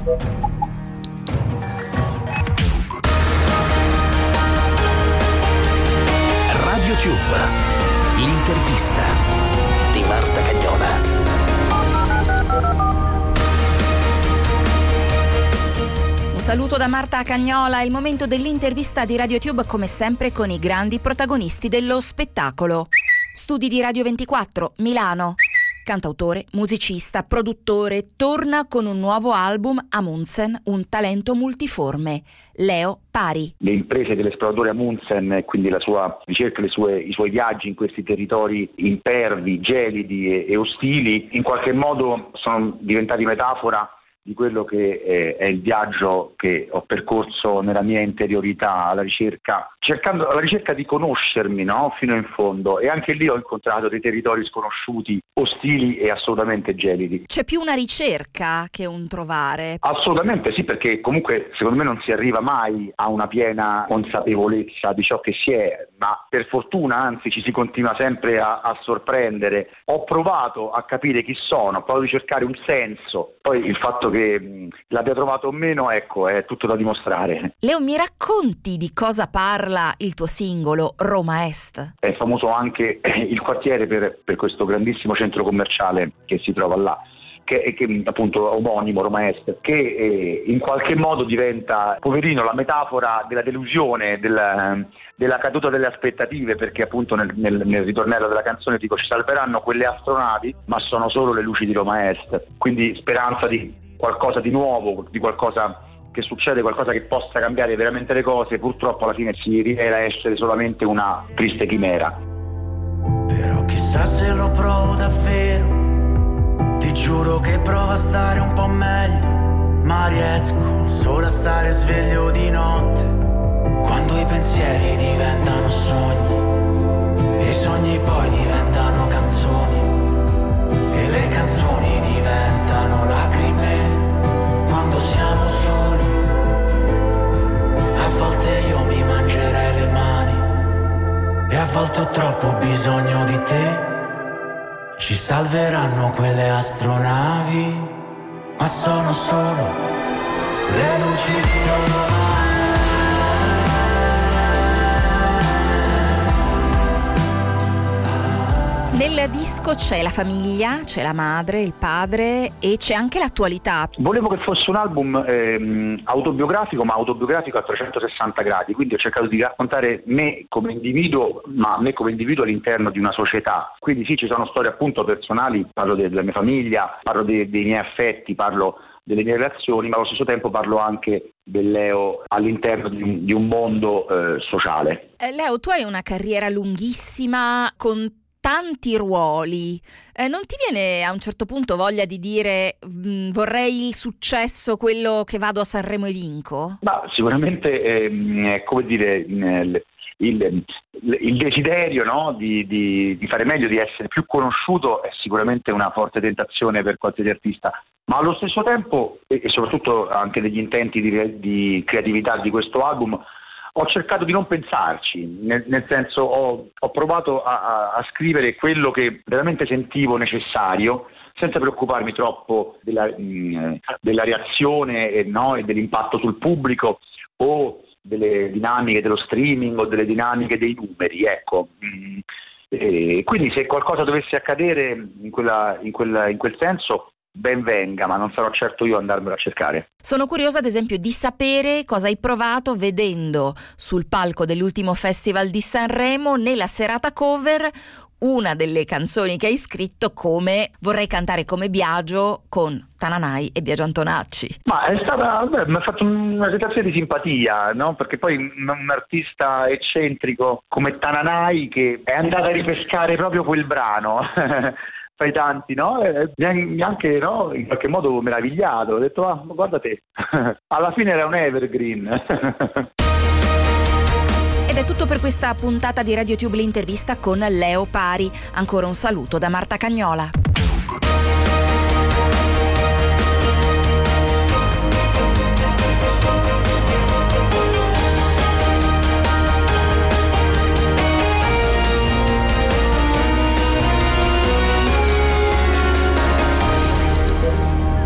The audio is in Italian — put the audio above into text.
Radio Tube, l'intervista di Marta Cagnola. Un saluto da Marta Cagnola, è il momento dell'intervista di Radio Tube, come sempre con i grandi protagonisti dello spettacolo. Studi di Radio 24, Milano. Cantautore, musicista, produttore, torna con un nuovo album, Amundsen, un talento multiforme. Leo Pari. Le imprese dell'esploratore Amundsen e quindi la sua ricerca, i suoi viaggi in questi territori impervi, gelidi e ostili, in qualche modo sono diventati metafora di quello che è il viaggio che ho percorso nella mia interiorità, alla ricerca di conoscermi, no? Fino in fondo, e anche lì ho incontrato dei territori sconosciuti, ostili e assolutamente gelidi. C'è più una ricerca che un trovare? Assolutamente sì, perché comunque secondo me non si arriva mai a una piena consapevolezza di ciò che si è, ma per fortuna anzi ci si continua sempre a sorprendere. Ho provato a capire chi sono, ho provato a cercare un senso, poi il fatto che l'abbia trovato o meno, ecco, è tutto da dimostrare. Leo, mi racconti di cosa parla il tuo singolo Roma Est? È famoso anche il quartiere per questo grandissimo centro commerciale che si trova là, che appunto è omonimo, Roma Est, che in qualche modo diventa, poverino, la metafora della delusione, della caduta delle aspettative, perché appunto nel ritornello della canzone dico: ci salveranno quelle astronavi, ma sono solo le luci di Roma Est. Quindi speranza di qualcosa di nuovo, di qualcosa che succede, qualcosa che possa cambiare veramente le cose. Purtroppo alla fine si rivela essere solamente una triste chimera. Però chissà se lo provo davvero, ti giuro che provo a stare un po' meglio, ma riesco solo a stare sveglio di notte, quando i pensieri diventano sogni e i sogni poi diventano canzoni e le canzoni diventano lacrime quando siamo soli. A volte io mi mangerei le mani e a volte ho troppo bisogno di te. Ci salveranno quelle astronavi, ma sono solo le luci di Roma. Nel disco c'è la famiglia, c'è la madre, il padre e c'è anche l'attualità. Volevo che fosse un album autobiografico, ma autobiografico a 360 gradi, quindi ho cercato di raccontare me come individuo, ma me come individuo all'interno di una società. Quindi sì, ci sono storie appunto personali, parlo della mia famiglia, parlo dei miei affetti, parlo delle mie relazioni, ma allo stesso tempo parlo anche del Leo all'interno di un mondo sociale. Leo, tu hai una carriera lunghissima con tanti ruoli, non ti viene a un certo punto voglia di dire vorrei il successo, quello che vado a Sanremo e vinco? Ma sicuramente come dire, il desiderio, no, di fare meglio, di essere più conosciuto è sicuramente una forte tentazione per qualsiasi artista, ma allo stesso tempo e soprattutto anche degli intenti di creatività di questo album ho cercato di non pensarci, nel senso ho provato a scrivere quello che veramente sentivo necessario, senza preoccuparmi troppo della reazione no, e dell'impatto sul pubblico o delle dinamiche dello streaming o delle dinamiche dei numeri, ecco. Quindi se qualcosa dovesse accadere in quel senso, ben venga, ma non sarò certo io andarmelo a cercare. Sono curiosa ad esempio di sapere cosa hai provato vedendo sul palco dell'ultimo festival di Sanremo, nella serata cover, una delle canzoni che hai scritto come Vorrei cantare come Biagio con Tananai e Biagio Antonacci. Ma è stata, mi ha fatto una sensazione di simpatia, no? Perché poi un artista eccentrico come Tananai che è andata a ripescare proprio quel brano tra i tanti, no? Mi ha anche, no, in qualche modo meravigliato. Ho detto, ah, guarda te, alla fine era un evergreen. Ed è tutto per questa puntata di Radio Tube, l'intervista con Leo Pari. Ancora un saluto da Marta Cagnola.